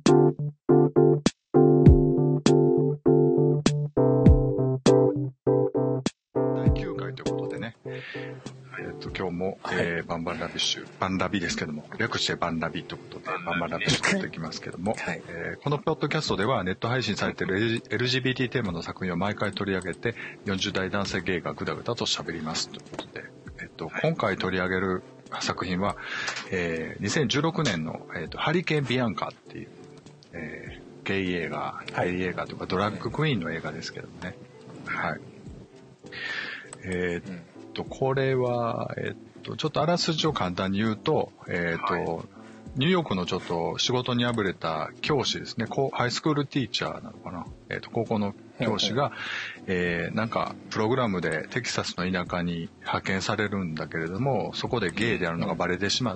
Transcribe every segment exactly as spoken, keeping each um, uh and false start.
きゅうかいということでね、えー、と今日も、はいえー、バンバンラビッシュバンラビですけども、略してバンラビということでバンバンラビッシュとっていきますけども、はいえー、このポッドキャストではネット配信されている エルジービーティー テーマの作品を毎回取り上げてよんじゅう代男性ゲイがぐだぐだと喋りますということで、えー、と今回取り上げる作品は、えー、にせんじゅうろくねんの、えー、とハリケーン・ビアンカっていう、えー、ゲイ映画、はい、ゲイ映画というかドラッグクイーンの映画ですけどもね、はいえー、っとこれは、えー、っとちょっとあらすじを簡単に言うと、えー、っと、はい、ニューヨークのちょっと仕事にあぶれた教師ですね、ハイスクールティーチャーなのかな、えー、っと高校の教師が、えー、なんかプログラムでテキサスの田舎に派遣されるんだけれども、そこでゲイであるのがバレてしまって、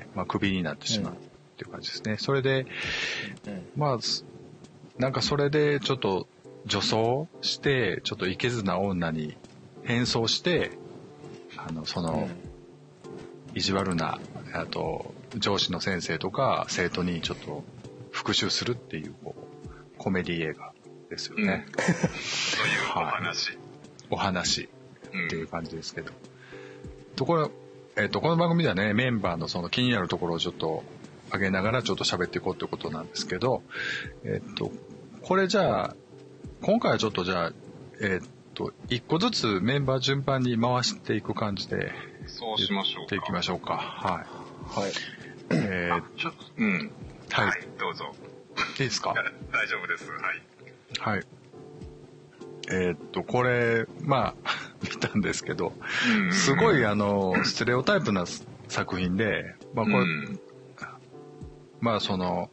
まあ、クビになってしまうっていう感じですね。それでまあなんかそれでちょっと女装してちょっとイケズな女に変装してあのその、うん、意地悪なあと上司の先生とか生徒にちょっと復讐するっていう、こうコメディ映画ですよね、うん、というお話、はい、 お話っていう感じですけど、うん、ところ、えー、とこの番組ではねメンバーのその気になるところをちょっと上げながらちょっと喋っていこうということなんですけど、えっ、ー、とこれじゃあ今回はちょっとじゃあえっ、ー一個ずつメンバー順番に回していく感じでそうしましょうか。 やっていきましょうか。はい。 はい。えー、ちょっとうん、はい。はい、どうぞ。 いいですか。 大丈夫です。はい。 はい。えー、っとこれまあ見たんですけど、すごいあのステレオタイプな作品で、まあこれ、うん、まあその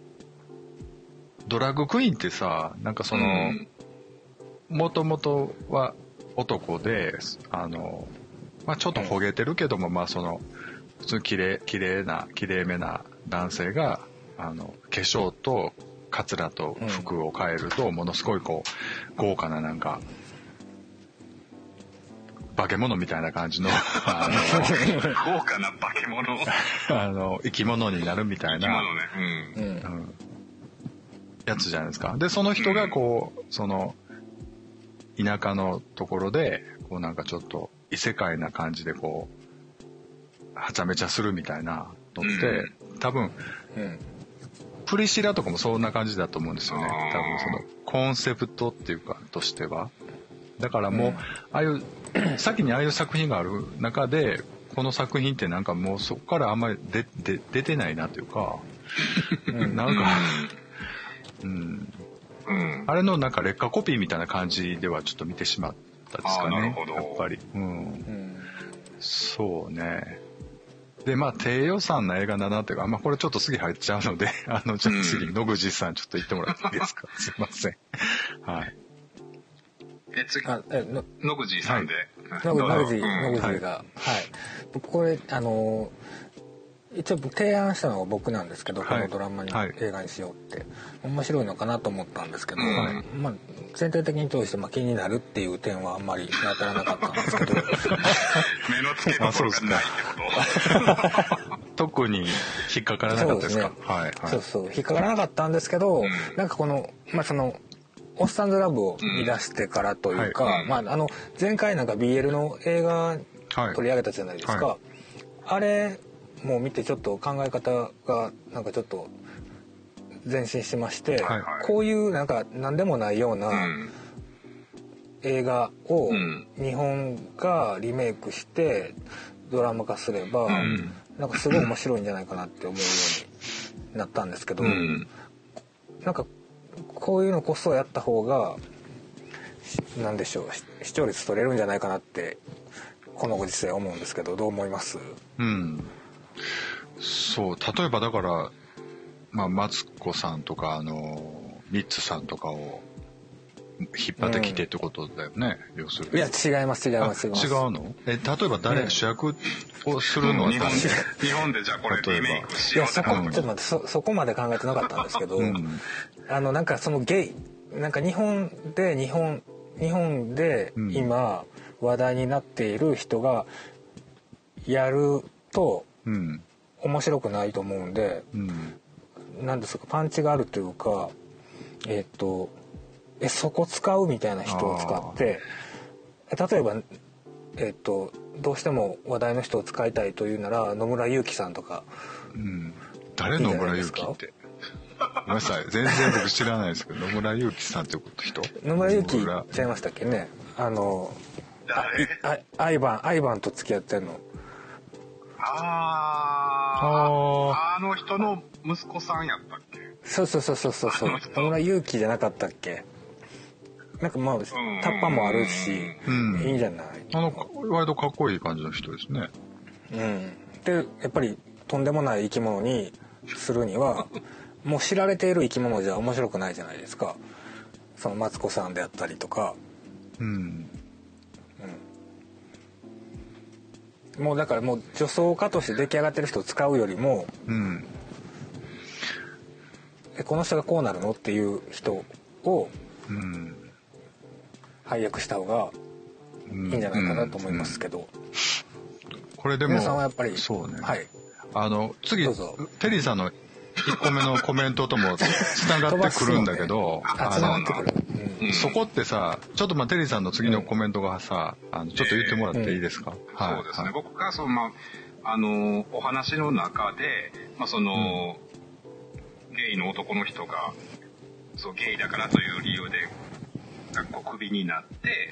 ドラッグクイーンってさ、なんかその。うんもともとは男で、あの、まあ、ちょっと焦げてるけども、まあその普通に綺麗綺麗な綺麗めな男性があの化粧とカツラと服を変えるとものすごいこう豪華ななんか化け物みたいな感じのあの豪華な化け物あの生き物になるみたいな、 生き物ね、うんうん、やつじゃないですか。でその人がこうその田舎のところでこうなんかちょっと異世界な感じでこうはちゃめちゃするみたいなのって、うん、多分、うん、プリシラとかもそんな感じだと思うんですよね。多分そのコンセプトっていうかとしてはだからもう、うん、ああいう先にああいう作品がある中でこの作品ってなんかもうそこからあんまり出て出てないなというかなんかうんうん、あれのなんか劣化コピーみたいな感じではちょっと見てしまったですかね。なるほど。やっぱり、うんうん、そうね。でまあ低予算な映画だなっていうか、まあこれちょっと次入っちゃうのであのじゃあ次、うん、野口さんちょっと言ってもらっていいですか。すいません。はい。 え次あえの野口さんで。 はい、野口野口が、はい、これあの一応提案したのは僕なんですけど、はい、このドラマに、はい、映画にしようって面白いのかなと思ったんですけど、はいまあ、全体的に通してまあ気になるっていう点はあんまり当たらなかったんですけど目の付けどころがないってこと特に引っかからなかったですか。そうですね、はいはい、 そうそう引っかからなかったんですけど、うん、なんかこのまあそのオッサンズラブを見出してからというか、うんはいまあ、あの前回なんか ビーエル の映画取り上げたじゃないですか、はいはい、あれもう見てちょっと考え方がなんかちょっと前進しまして、はいはい、こういうなんか何でもないような映画を日本がリメイクしてドラマ化すれば、うん、なんかすごい面白いんじゃないかなって思うようになったんですけど、うん、なんかこういうのこそやった方がなんでしょう視聴率取れるんじゃないかなってこのご時世思うんですけど、どう思います？ うんそう例えばだから、まあ、マツコさんとかあのミッツさんとかを引っ張ってきてってことだよね、うん、要するに。 いや違います違います違うの？え例えば誰、うん、主役をするのは日本で日本でじゃあこれリメイクしようっていやそこ、うん、ちょっと待って そ, そこまで考えてなかったんですけど、うん、あのなんかそのゲイなんか日本で日本日本で今話題になっている人がやると、うん面白くないと思うんで、うん、 なんですかパンチがあるというかえっとえそこ使うみたいな人を使って例えばえっとどうしても話題の人を使いたいというなら野村祐樹さんとか、 うん、誰野村祐樹ってごめんなさい全然僕知らないですけど野村祐樹さんって人野村祐樹ちゃいましたっけねあのあアイバンアイバンと付き合ってるのあああの人の息子さんやったっけそうそうそうそうそうそう野村祐樹じゃなかったっけなんかまあタッパもあるし、うん、いいんじゃないあの割とかっこいい感じの人ですね。 うん、でやっぱりとんでもない生き物にするにはもう知られている生き物じゃ面白くないじゃないですか。そのマツコさんであったりとか、うんうん、もうだからもう女装家として出来上がってる人を使うよりも、うん、えこの人がこうなるのっていう人を、うん配役した方がいいんじゃないかなと思いますけど、うんうん、これでも皆さんはやっぱりそうね、 はい、 あの次テリーさんのいっこめのコメントともつながってくるんだけどあの、うん、そこってさちょっとまあテリーさんの次のコメントがさ、うん、あのちょっと言ってもらっていいですか、 えーはい、そうですね、はい、僕がその、まあ、あのお話の中で、まあそのうん、ゲイの男の人がそうゲイだからという理由でこうクビになって、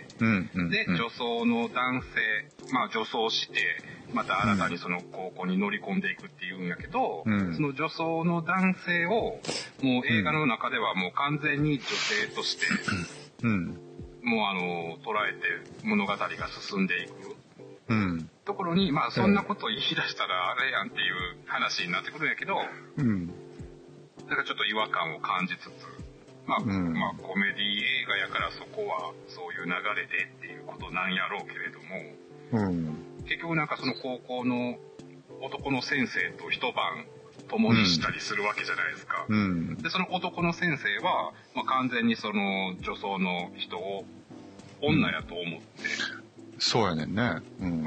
うんうんうん、で女装の男性、まあ女装してまた新たにその高校に乗り込んでいくっていうんやけど、うん、その女装の男性をもう映画の中ではもう完全に女性として、うん、もうあの捉えて物語が進んでいく、うん、ところにまあそんなこと言い出したらあれやんっていう話になってくるんやけど、うん、だからちょっと違和感を感じつつ。まあ、うん、まあコメディ映画やからそこはそういう流れでっていうことなんやろうけれども、うん、結局なんかその高校の男の先生と一晩共にしたりするわけじゃないですか、うん、でその男の先生は、まあ、完全にその女装の人を女やと思って、 うん、そうやねんね、うん、うん、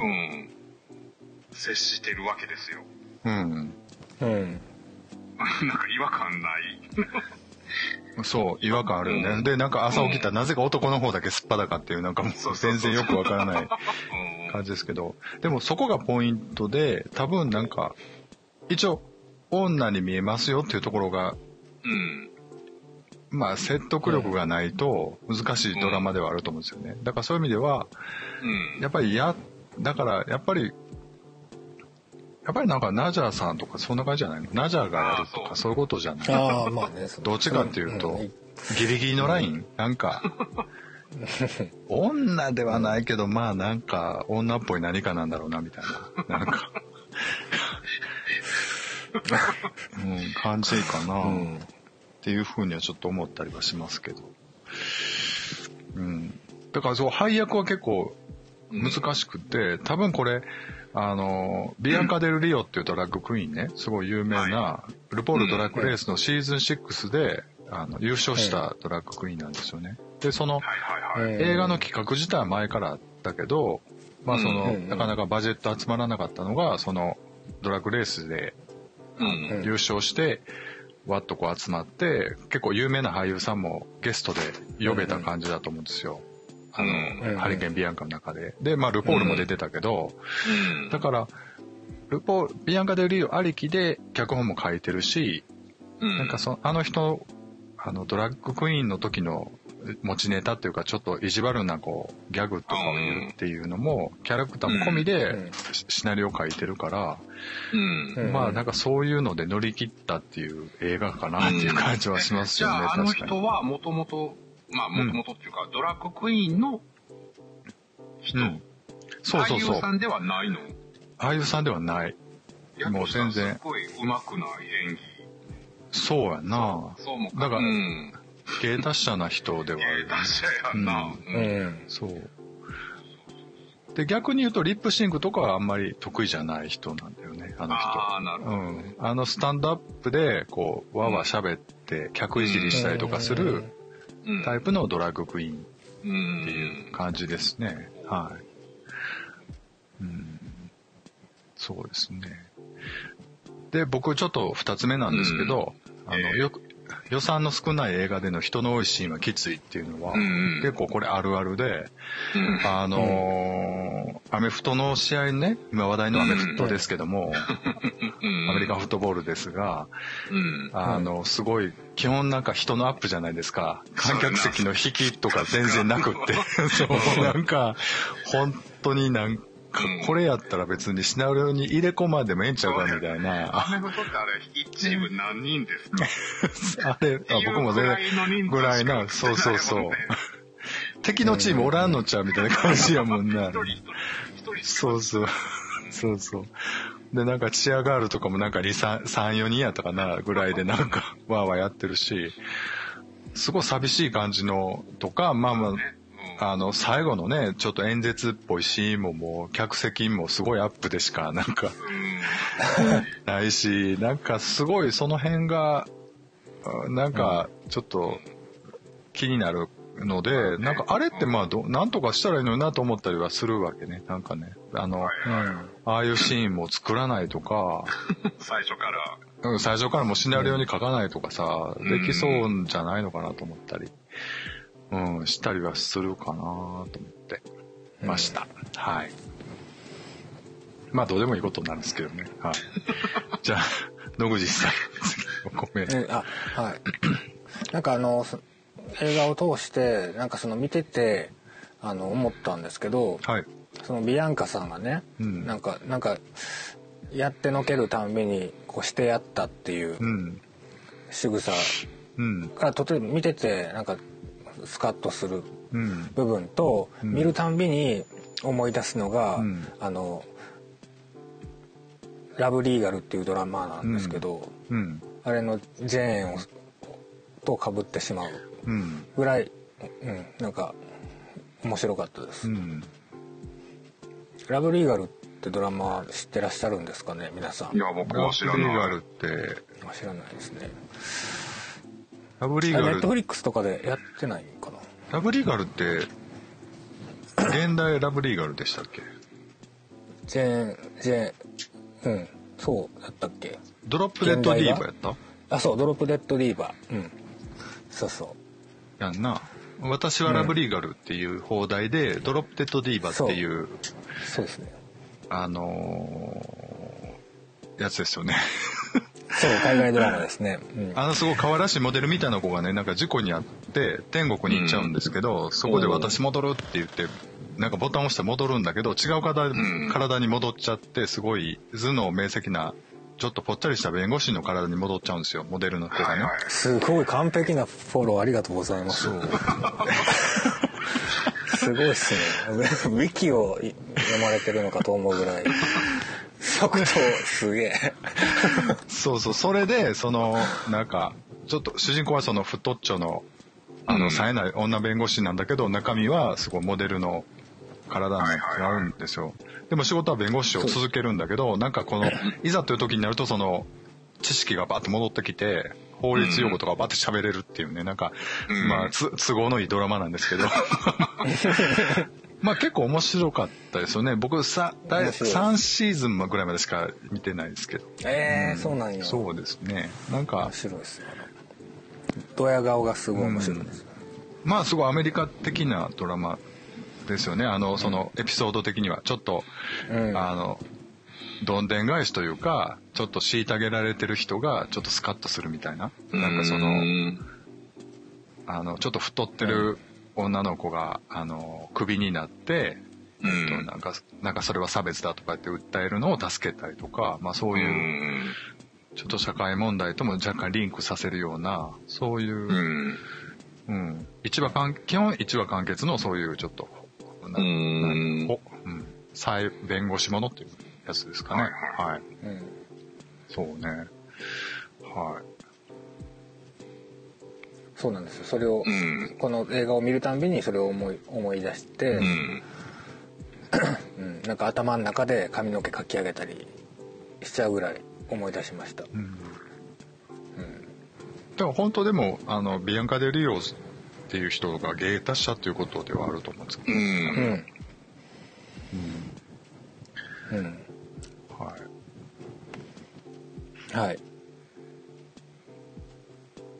接してるわけですよ、 うん、うん、 なんか違和感ないそう違和感あるよね、うん、でなんか朝起きたらなぜか男の方だけすっぱだかっていうなんかもう全然よくわからない感じですけどでもそこがポイントで多分なんか一応女に見えますよっていうところが、うん、まあ説得力がないと難しいドラマではあると思うんですよね。だからそういう意味では、うん、やっぱりやだからやっぱりやっぱりなんかナジャーさんとかそんな感じじゃないの？ナジャーがやるとかそういうことじゃない？ ああまあね。 どっちかっていうと、うん、ギリギリのライン、うん、なんか女ではないけどまあなんか女っぽい何かなんだろうなみたいななんか、うん、感じかな、うん、っていうふうにはちょっと思ったりはしますけど、うん、だからそう配役は結構難しくて多分これあのビアンカ・デル・リオっていうドラッグクイーンねすごい有名な、はい、ルポールドラッグレースのシーズンシックスであの優勝したドラッグクイーンなんですよね。でその映画の企画自体は前からあったけど、まあそのなかなかバジェット集まらなかったのがそのドラッグレースであの優勝してわっとこう集まって結構有名な俳優さんもゲストで呼べた感じだと思うんですよ。あの、うん、ハリケーンビアンカの中で。で、まあ、ルポールも出てたけど、うん、だから、ルポール、ビアンカ・デル・リオありきで脚本も書いてるし、うん、なんかその、あの人、あの、ドラッグクイーンの時の持ちネタっていうか、ちょっと意地悪な、こう、ギャグとかを言うっていうのも、キャラクターも込みでシナリオを書いてるから、うん、まあ、なんかそういうので乗り切ったっていう映画かなっていう感じはしますよね、 うん、じゃあ、あの人はもともと、まあ、もともとっていうか、うん、ドラッグクイーンの人、うん、そうそうそう。俳優さんではないの？ 俳優さんではない。もう全然。 すごい上手くない演技。 そうやな。 そうもだから、うん、芸達者な人ではある。 芸達者やな。 うん。うん、そう。で、逆に言うと、リップシンクとかはあんまり得意じゃない人なんだよね、あの人。 ああ、なるほど、ね。 うん。あの、スタンドアップで、こう、わわ喋って、客いじりしたりとかする、タイプのドラッグクイーンっていう感じですね。はい。うん、そうですね。で、僕ちょっと二つ目なんですけど、うん、 あの、よく、予算の少ない映画での人の多いシーンはきついっていうのは、うん、結構これあるあるで、うん、あのー、アメフトの試合ね、今話題のアメフトですけども、うん、アメリカンフットボールですが、うん、あの、すごい、基本なんか人のアップじゃないですか。観客席の引きとか全然なくって、そう、なんか、本当になんか、これやったら別にシナリオに入れ込まんでもええんちゃうかみたいな。 アメフトってあれ、いちチーム何人ですか？ あれ、あ僕も全然ぐらいな、そうそうそう。敵のチームおらんのちゃうみたいな感じやもんな。そうそう。そうそう。で、なんかチアガールとかもなんかに、さん、よにんやったかなぐらいでなんかわーわーやってるし、すごい寂しい感じのとか、まあまあ、あの、最後のね、ちょっと演説っぽいシーンももう、客席もすごいアップでしか、なんか、ないし、なんかすごいその辺が、なんか、ちょっと、気になるので、なんかあれってまあど、なんとかしたらいいのになと思ったりはするわけね。なんかね、あの、うん、ああいうシーンも作らないとか、 最初から。 うん、最初からもうシナリオに書かないとかさ、うん、できそうじゃないのかなと思ったり。うん、したりはするかなと思ってました、うん、はいまあどうでもいいことなんですけどね、はい、じゃあ野口さんごめん、 えあはいなんかあの映画を通してなんかその見ててあの思ったんですけど、はい、そのビアンカさんがね、うん、なんかなんかやってのけるたんびにこうしてやったっていう仕草がとても見ててなんかスカッとする部分と、うん、見るたんびに思い出すのが、うん、あのラブリーガルっていうドラマなんですけど、うんうん、あれのジェーンをと被ってしまうぐらい、うん、なんか面白かったです、うん、ラブリーガルってドラマ知ってらっしゃるんですかね皆さん。 いや僕は知らない。 ラブリーガルって知らないですね。 ラブリーガルネットフリックスとかでやってないかな。 ラブリーガルって現代ラブリーガルでしたっけ？ ジェーンジェーンうんそうやったっけ？ ドロップデッドディーバーやった？ あそうドロップデッドディーバーうんそうそうやんな。私はラブリーガルっていう放題で、うん、ドロップデッドディーバーっていうそうですねあのー、やつですよね。 そう海外ドラマですね、うん、 あのすごい可愛らしいモデルみたいな子がねなんか事故に遭って天国に行っちゃうんですけど、うん、そこで私戻るって言ってなんかボタンを押して戻るんだけど違う体、うん、体に戻っちゃってすごい頭脳明晰なちょっとぽっちゃりした弁護士の体に戻っちゃうんですよモデルの子がね、はいはい、 すごい完璧なフォローありがとうございます。そうすごいっすね。ウィキを読まれてるのかと思うぐらい即答すげえそうそうそれでそのなんかちょっと主人公はその太っちょのあの冴えない女弁護士なんだけど中身はすごいモデルの体になるんですよ。でも仕事は弁護士を続けるんだけどなんかこのいざという時になるとその知識がバッと戻ってきて法律用語とかバッと喋れるっていうねなんかまあつ都合のいいドラマなんですけどまあ結構面白かったですよね。僕ささんシーズンぐらいまでしか見てないですけど。 えー、うん、そうなんや。 そうですね。なんか面白いですね。ドヤ顔がすごい面白いです、 うん、まあすごいアメリカ的なドラマですよね。あのそのエピソード的にはちょっと、うん、あのどんでん返しというかちょっと虐げられてる人がちょっとスカッとするみたいな、なんかそのあのちょっと太ってる女の子があのクビになって、うん、なんかなんかそれは差別だとかって訴えるのを助けたりとか、まあそういうちょっと社会問題とも若干リンクさせるようなそういう、うんうん、一話完基本一話完結のそういうちょっとなうん、うん、再弁護士ものっていうやつですかね。はい、はいはい、うん、そうね。はい。 そうなんですよ。それを、うん、この映画を見るたんびにそれを思い思い出して、うんうん、なんか頭の中で髪の毛かき上げたりしちゃうぐらい思い出しました。うんうん、 でも本当でもあのビアンカ・デ・リオっていう人が芸達者っていうことではあると思うんですけど、うんうんうんうん、はいはい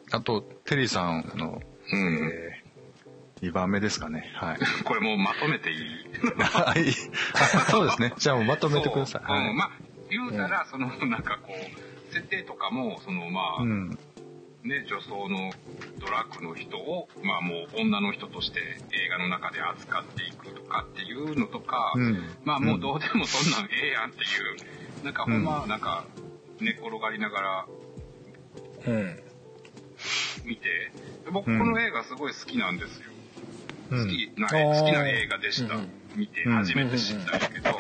あとテリーさんの、うん、えー、にばんめですかね。はい。 これもうまとめていい？ はい。そうですね。じゃあもうまとめてください。 はい、うん、まあ言うたら、そのなんかこう設定とかもそのまあ、うん、ね、女装のドラッグの人をまあもう女の人として映画の中で扱っていくとかっていうのとか、うん、まあもうどうでもそんなんええやんっていうなんかほんまなんか寝っ転がりながら見て、僕この映画すごい好きなんですよ。好きな、好きな映画でした。見て初めて知ったんやけど、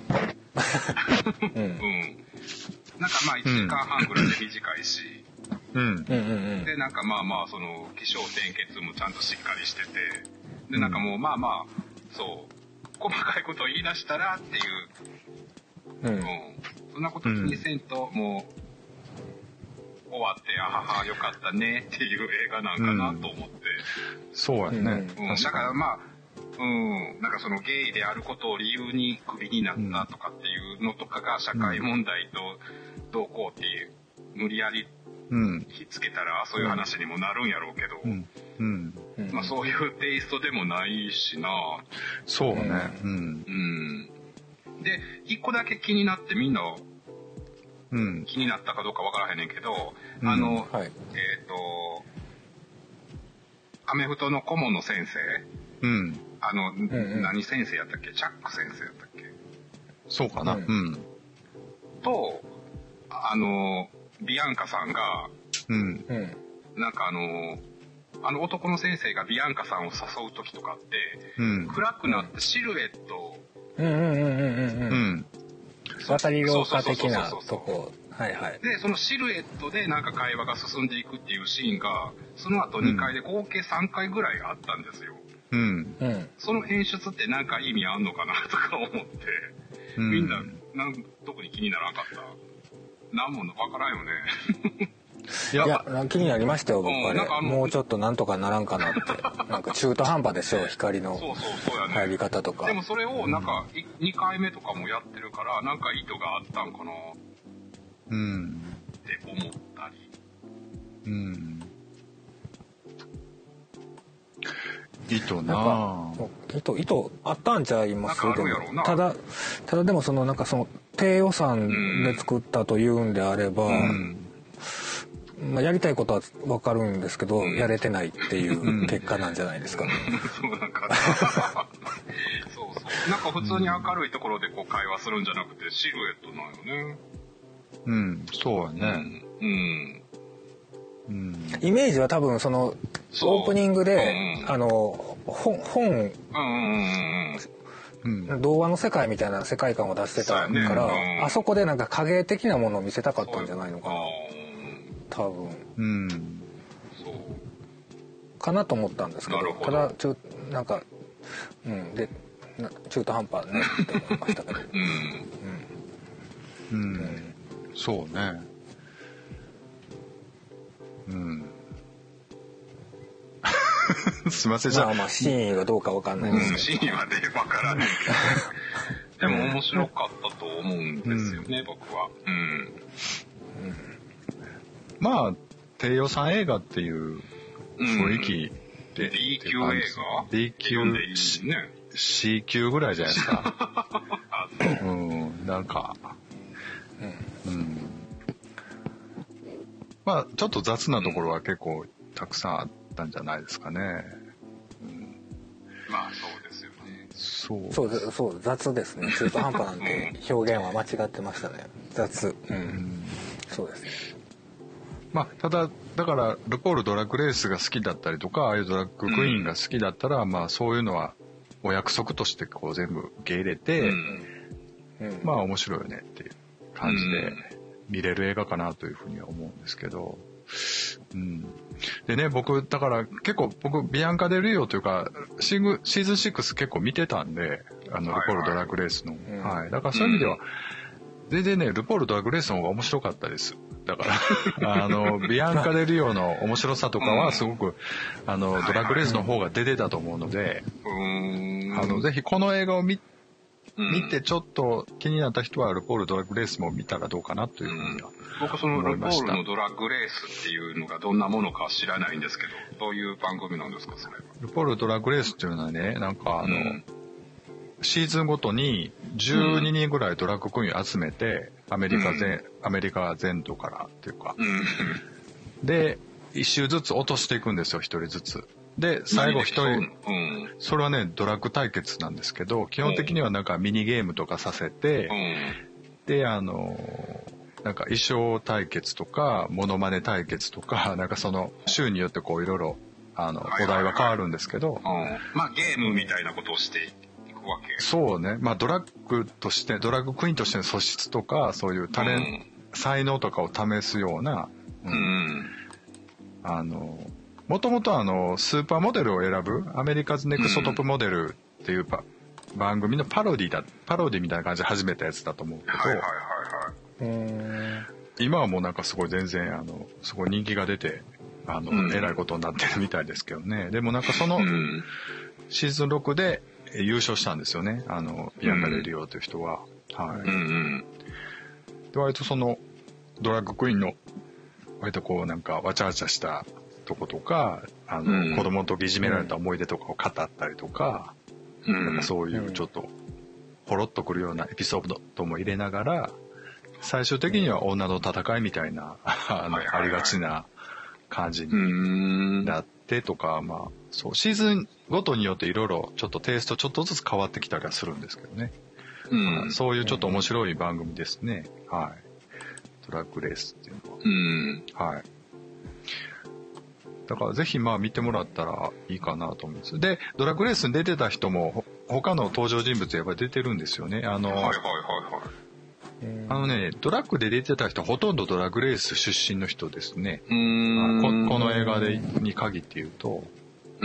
うん、なんかまあいちじかんはんぐらいで短いし、うん、でなんかまあまあその起承転結もちゃんとしっかりしてて、でなんかもうまあまあそう細かいことを言い出したらっていう、うんうん、そんなこと気にせんともう終わってあははよかったねっていう映画なんかなと思って、 うん、そうやね、うん、 だからまあうん、なんかそのゲイであることを理由にクビになったとかっていうのとかが社会問題とどうこうっていう無理やりひっつけたらそういう話にもなるんやろうけど、うんうんまあ、そういうテイストでもないしな。 そうね、うんうん、で一個だけ気になってみんな、うん、気になったかどうかわからへんねんけど、うん、あの、はい、えっ、ー、とアメフトの顧問の先生、うんあの、うんうん、何先生やったっけ？チャック先生やったっけ？ そうかな。うん。 と、あの、ビアンカさんが、うん。なんかあの、あの男の先生がビアンカさんを誘う時とかって、うん、暗くなってシルエット、うんうんうんうんうんうん。 渡り廊下的なとこ。はいはい。 で、そのシルエットでなんか会話が進んでいくっていうシーンが、その後にかいで合計さんかいぐらいあったんですよ。うん、その演出ってなんか意味あんのかなとか思って、うん、みんななん特に気にならなかった？なんもわからんよね。 いや、いや気になりましたよ僕はね、うん、もうちょっとなんとかならんかなってなんか中途半端でしょ光の入り方とか。 でもそれをなんかにかいめとかもやってるからなんか意図があったんかなって思ったり。うん。 意図な意図意図あったんちゃいますけど、ただただでもそのなんかその低予算で作ったというんであれば、うんまあ、やりたいことは分かるんですけど、うん、やれてないっていう結果なんじゃないですかね。 そうなんかそうそうなんか普通に明るいところでこう会話するんじゃなくてシルエットなんよね。 うんそうやね。うん、うんうん、イメージは多分そのオープニングで、うん、あの本本、うんうんうん、童話の世界みたいな世界観を出してたから、ねうん、あそこでなんか影的なものを見せたかったんじゃないのかな多分、うん、そうかなと思ったんですけど、ただちょなんか、うん、で中途半端ねって思いましたけど、うんうんうん、そうねうん、すいませんじゃあ、 まあまあ真意がどうかわかんないですけど、うん、 真意はねわからないけどでも面白かったと思うんですよね、うん、僕は、うんうん、 まあ低予算映画っていう雰囲気で、 うん、B 級映画 B 級、ね、C 級ぐらいじゃないですかうんなんかうん、うんまあ、ちょっと雑なところは結構たくさんあったんじゃないですかね。 うん、まあそうですよね。 そうそうそう雑ですね。中途半端なんて表現は間違ってましたね。雑。うん。うん、そうですね。 まあただだからルポールドラッグレースが好きだったりとかああいうドラッグクイーンが好きだったら、うん、まあそういうのはお約束としてこう全部受け入れて、うんうん、まあ面白いよねっていう感じで。うん見れる映画かなというふうには思うんですけど、うん、でね僕だから結構僕ビアンカ・デ・リオというかシーズンろく結構見てたんであのルポールドラッグレースの、はいはいはい、だからそういう意味では、うん、全然ねルポールドラッグレースの方が面白かったですだからあのビアンカ・デ・リオの面白さとかはすごくあのドラッグレースの方が出てたと思うので、あのぜひこの映画を見見てちょっと気になった人はルポールドラッグレースも見たらどうかなというふうには、 うん、僕そのルポールのドラッグレースっていうのがどんなものか知らないんですけど、どういう番組なんですかそれは。 ルポールドラッグレースっていうのはね、なんかあの、うん、シーズンごとにじゅうににんぐらいドラッグクイーンを集めて、アメリカ全、うん、アメリカ全土からっていうか、うん、で一周ずつ落としていくんですよ、一人ずつ。で最後一人、うん、それはねドラッグ対決なんですけど、基本的にはなんかミニゲームとかさせて、うん、であのなんか衣装対決とかモノマネ対決とか、なんかその週によってこういろいろあのお題は変わるんですけど、 まあゲームみたいなことをしていくわけ。 そうね、まあドラッグとしてドラッグクイーンとしての素質とかそういうタレン、うん、才能とかを試すような、うんうん、あのもともとあのスーパーモデルを選ぶアメリカズネクストトップモデルっていうパ、うん、番組のパロディだパロディみたいな感じで始めたやつだと思うけど、はいはいはいはい、今はもうなんかすごい全然あのすごい人気が出てあの、うん、えらいことになってるみたいですけどね。でもなんかその、うん、シーズンろくで優勝したんですよね、あのビアンカ・デ・リオという人は、はい、うんうん、で割とそのドラッグクイーンの割とこうなんかわちゃわちゃしたとことか、あの、うん、子供の時いじめられた思い出とかを語ったりとか、うん、なんかそういうちょっとほろっとくるようなエピソードも入れながら、最終的には女の戦いみたいなあの、はいはいはい、ありがちな感じになってとか、まあそうシーズンごとによっていろいろちょっとテイストちょっとずつ変わってきたりはするんですけどね、うん、そういうちょっと面白い番組ですね、はい、ドラッグレースっていうのは、うん、はい。だからぜひまあ見てもらったらいいかなと思うんです。で、ドラッグレースに出てた人も他の登場人物やっぱり出てるんですよね。あの、はいはいはいはい。あのね、ドラッグで出てた人ほとんどドラッグレース出身の人ですね。うーん こ, この映画でに限って言うと。うん。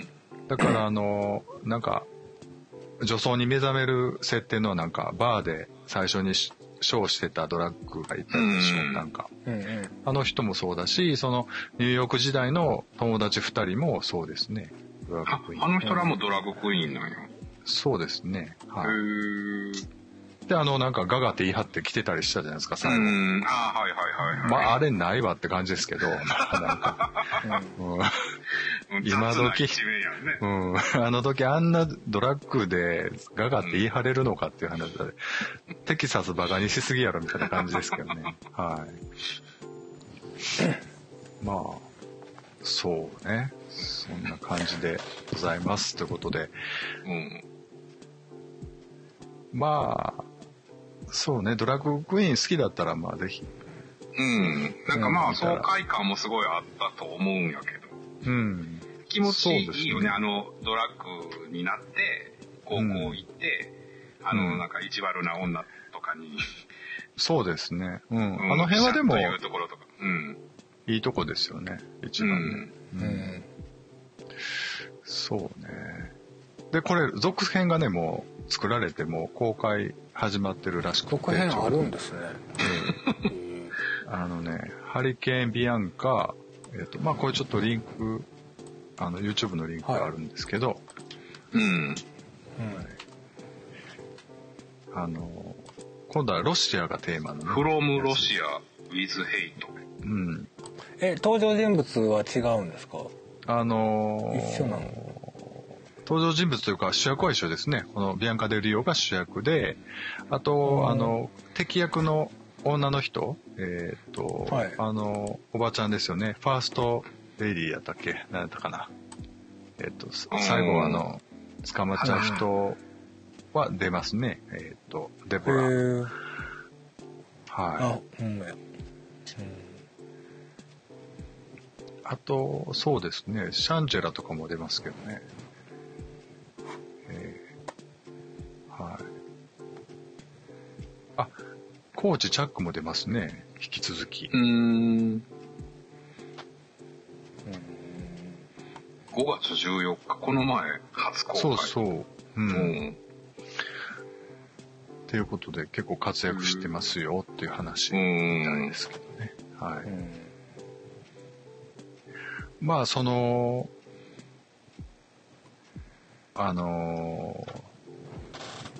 だからあの、なんか、女装に目覚める設定のなんかバーで最初にショーしてたドラッグがいたでしょ、うん、なんか、うんうん、あの人もそうだし、そのニューヨーク時代の友達ふたりもそうですね。 ドラッグクイーン。あ、あの人らもドラッグクイーンなんや。 そうですね。はい。へー。で、あの、なんかガガって言い張って来てたりしたじゃないですか、最後。うん。ああ、はいはいはい、はい。まあ、あれないわって感じですけど、まあ、なんか。うん、今時、ね、うん。あの時あんなドラッグでガガって言い張れるのかっていう話で、うん、テキサスバカにしすぎやろみたいな感じですけどね。はい。まあ、そうね。そんな感じでございますということで。うん。まあ、そうね、ドラッグクイーン好きだったら、まあぜひ。 うん。なんかまあ、爽快感もすごいあったと思うんやけど。うん。気持ちいいよね、あの、ドラッグになって、高校行って、うん、あの、なんか意地悪な女とかに。 そうですね。うん。うん、あの辺はでも、 いうところとか。うん。 いいとこですよね、一番ね。うん。うん、そうね。で、これ、続編がね、もう作られて、もう公開始まってるらしくて。 続編あるんですね。 えー、あのね、ハリケーン・ビアンカ、えっと、まあ、これちょっとリンク、あの、YouTube のリンクがあるんですけど、はい、うん。うん、あの、今度はロシアがテーマの、ね。 from ロシア with hate。うん。 え、登場人物は違うんですか？ あのー、一緒なの？ 登場人物というか主役は一緒ですね。このビアンカ・デ・リオが主役で、あと、あの、敵役の女の人、えっと、はい、あの、おばちゃんですよね。ファーストレディーやったっけ？何だったかな。えっと、最後はあの、捕まっちゃう人は出ますね。えっと、デボラ。はい。あ、うんあと、そうですね、シャンジェラとかも出ますけどね。えー、はい。あ、コーチチャックも出ますね、引き続き。うーん。 ごがつじゅうよっか、この前、初公開。 そうそう。うん。うんということで、結構活躍してますよっていう話みたいですけどね。はい。まあ、その、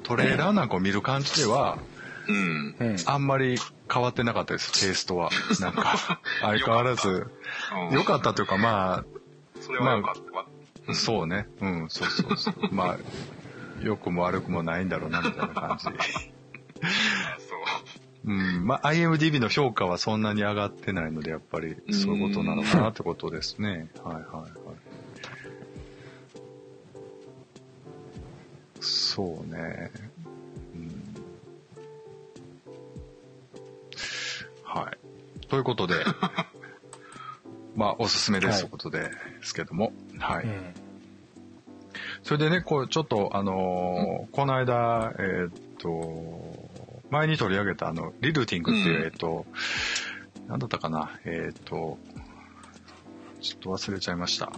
トレーラーなんかを見る感じでは、 うん、 あんまり変わってなかったです、テイストは。なんか、相変わらず、良かったというか、まあ、 それは良かった、 まあ、そうね、うん、そうそうそう。まあ、良くも悪くもないんだろうな、みたいな感じ。 あ、そう。 うん、まあ、アイエムディービー の評価はそんなに上がってないので、やっぱりそういうことなのかなってことですね。はいはいはい。そうね。うん、はい。ということで、まあ、おすすめですということで、ですけども、はい。うん、それでね、こう、ちょっと、あのーうん、この間、えー、っと、前に取り上げた、あの、リルティングっていう、うん、えー、っと、なんだったかな、えー、っと、ちょっと忘れちゃいました。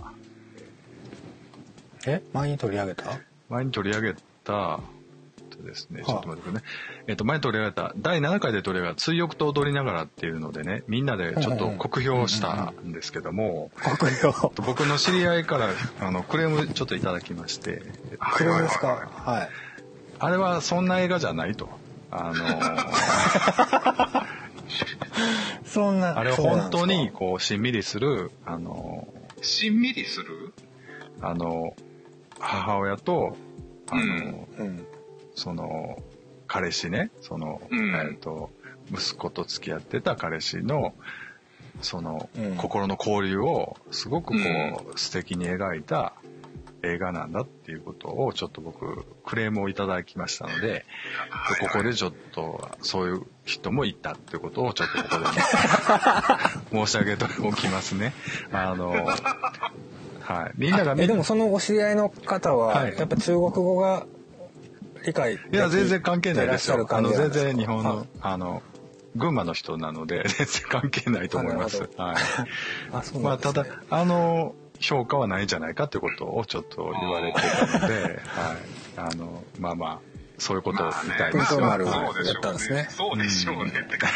え前に取り上げた前に取り上げた、ですね、ちょっと待ってくださいね。えっと、前に取り上げた、だいななかいで取り上げた、追憶と踊りながらっていうのでね、みんなでちょっと酷評したんですけども、 酷評僕の知り合いから、あの、クレームちょっといただきまして、 クレームですか？はい。 あれはそんな映画じゃないと。あのー、そんな、 あれは本当に、こう、しんみりする、あのー、しんみりするあの、母親と、あの、 うんうんその彼氏ね、その、うん、えっと息子と付き合ってた彼氏のその、うん、心の交流をすごくこう、うん、素敵に描いた映画なんだっていうことをちょっと僕クレームをいただきましたので、ここでちょっとそういう人もいたっていうことをちょっとここで、ね、申し上げておきますね。あの、はい、みんながえでもそのお知り合いの方は、はい、やっぱ中国語が理解できていや全然関係ないですよ。あの全然日本の、 はい、 あの群馬の人なので全然関係ないと思います。はい。 あ、そうなんですね。 まあただあの評価はないんじゃないかということをちょっと言われてたので、はい。あのまあまあそういうことを言いたいですよ。 まあね、まあ、そうでしょうね。 そうでしょうねって感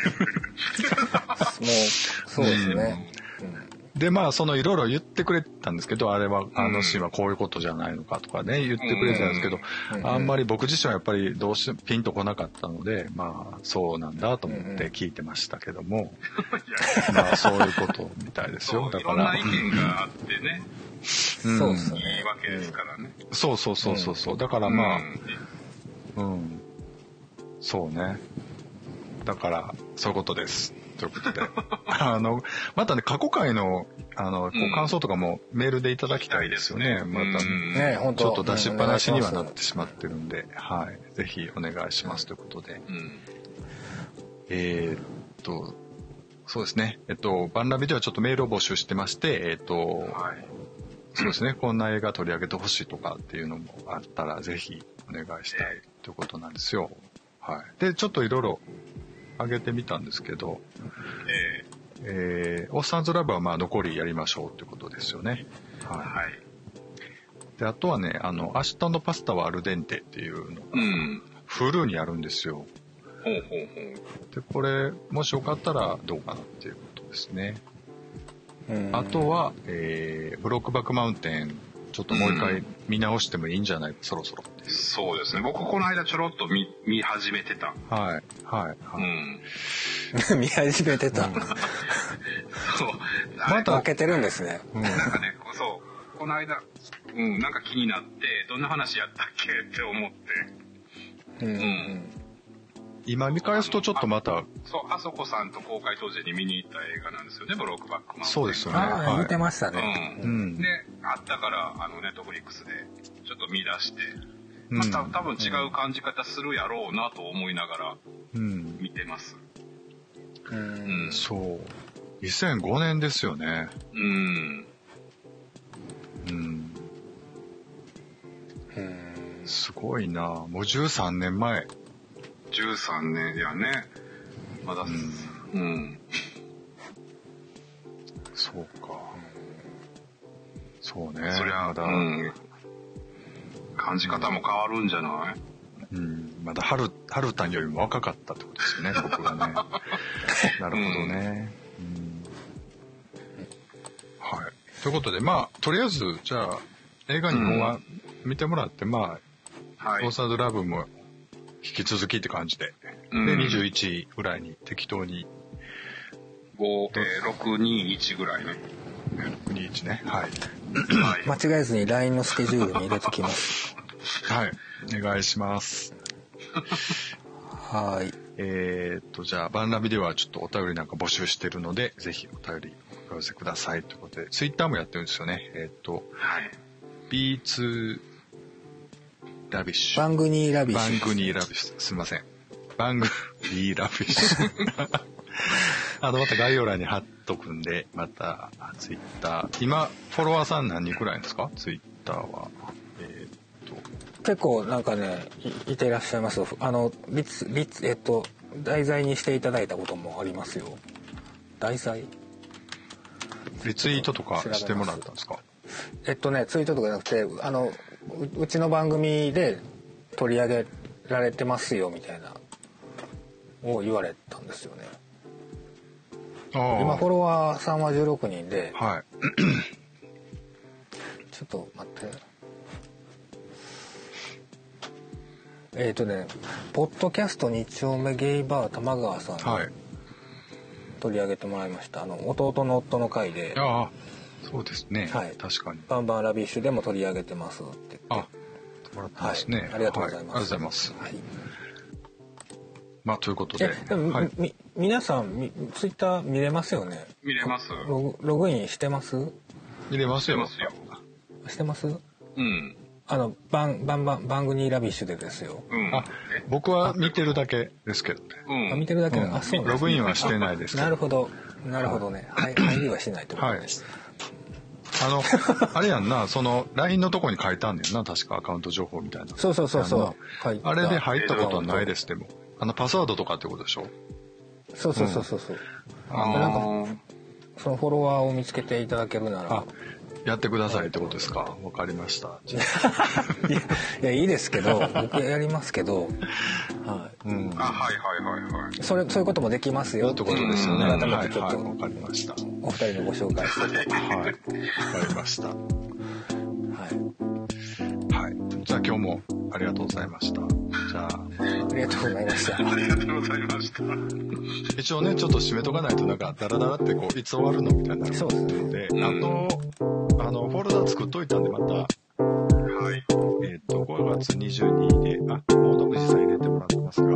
じ。もうそうですね。 うんでまあそのいろいろ言ってくれたんですけど、あれはあのシーンはこういうことじゃないのかとかね言ってくれてたんですけど、あんまり僕自身はやっぱりどうしてピンとこなかったので、まあそうなんだと思って聞いてましたけども、まあそういうことみたいですよ。だからいろんな意見があってね、 うん、そうですね。 いいわけですからね。 そうそうそうそうそう。だからまあ、うん、うん、そうね。だからそういうことです。ということであのまたね過去回のあのこう感想とかもメールでいただきたいですよね。うん、また、 ね、うん、 ちょっと出しっぱなしにはなってしまってるんで、はい、ぜひお願いしますということで、うん、えー、っとそうですね。えっとバンラビではちょっとメールを募集してまして、えー、っと、はい、そうですね。こんな映画取り上げてほしいとかっていうのもあったらぜひお願いしたいということなんですよ。はい。でちょっといろいろ上げてみたんですけど、えーえー、オッサンズラブはまあ残りやりましょうってことですよね。はい。はい、であとはね、あの明日のパスタはアルデンテっていうのが、うん、フルにあるんですよ。 ほうほうほう。でこれもしよかったらどうかなっていうことですね。あとは、えー、ブロックバックマウンテンちょっともう一回見直してもいいんじゃないか、うん、そろそろっていう。 そうですね。僕この間ちょろっと見見始めてた。 はいはいはい。 うん、見始めてた。うん、そう。 また開けてるんですね。 うん、なんかね、そう。この間、うん、なんか気になってどんな話やったっけって思って。うん。うん、 今見返すとちょっとまたそう、あそこさんと公開当時に見に行った映画なんですよね、ブロックバックマウンテン。 そうですよね。 ああ、見てましたね。 うん。うん、で、あったからあのネットフリックスでちょっと見出して、また多分違う感じ方するやろうなと思いながら見てます。 うん。うん、そう。にせんごねんですよね。 うん。 うん。すごいな。もうじゅうさんねんまえ。 じゅうさんねんやね。まだ、うん。うん、 そうか。そうね。 そりゃ、 まだ、 うん、感じ方も変わるんじゃない？ うん。まだ春、春たんよりも若かったってことですよね、僕はね。なるほどね、うん。はい。ということで、まあ、とりあえず、じゃあ、映画に本は見てもらって、うん、まあ、 はい、 オーサードラブも引き続きって感じで、うん、でにじゅういちいぐらいに適当にご、えー、ろくにいちぐらいね。 ろくにいちね、はい。 間違えずに ライン のスケジュールに入れときます。 はい、お願いします。 はい。 えー、っとじゃあバンラビではちょっとお便りなんか募集してるので、ぜひお便りお寄せくださいということで、ツイッターもやってるんですよね。えー、っと、 はい、 ビーツー ラビッシュ。 バングニーラビッシュ。 バングニーラビッシュ。すみません。バングニーラビッシュ。あの、また概要欄に貼っとくんで、また、ツイッター。今、フォロワーさん何人くらいですか？ツイッターは。えー、っと。 結構なんかね、い, いていらっしゃいます。あの、リツ、リツ、えっと、題材にしていただいたこともありますよ。題材？ リツイートとかしてもらったんですか？ えっとね、ツイートとかじゃなくて、あの、う, うちの番組で取り上げられてますよみたいなを言われたんですよね。今フォロワーさんはじゅうろくにんで、 はい、 ちょっと待って、えっとねポッドキャストに丁目ゲイバー玉川さんに取り上げてもらいました。あの弟の夫の会で、 ああそうですね、はい、確かにバンバンラビッシュでも取り上げてますって言って、 あもらってますね、 はい、ありがとうございます、はい、ありがとうございます、 はい、 まあということで、 でも、はい、み皆さんツイッター見れますよね？ 見れます。 ログ、ログインしてます？ 見れますよ。 してます？ うん。 あのバンバンバンバングニーラビッシュでですよ。 うん。 あ、僕は見てるだけですけどね。 うん。 あ見てるだけ、うん、あそう、ね。 ログインはしてないですけど。 なるほど、なるほどね。はい、入りはしないってことです。 はい。あのあれやんな、その ライン のとこに書いてあんねんな、確かアカウント情報みたいな。 そうそうそうそう。 あれで入ったことはないですでも。あのパスワードとかってことでしょ？ そうそうそうそうそう。 うん、あのー、そのフォロワーを見つけていただけるなら。 やってくださいってことですか？わかりました。 いや、いやいいですけど、僕やりますけど、 はい。うん、あ、はいはいはいはい。 それそういうこともできますよってことですよね。 改めてちょっと、 はいはい、わかりました。 お二人のご紹介してて、 はい、わかりました。はい。はい。じゃあ今日もありがとうございました。じゃあありがとうございました。 ありがとうございました。 一応ねちょっと締めとかないとなんかダラダラってこういつ終わるのみたいになるので、 で、 あとあのフォルダ作っといたんでまた、はい、えっとごがつにじゅうににちであもう野口さん入れてもらってますか？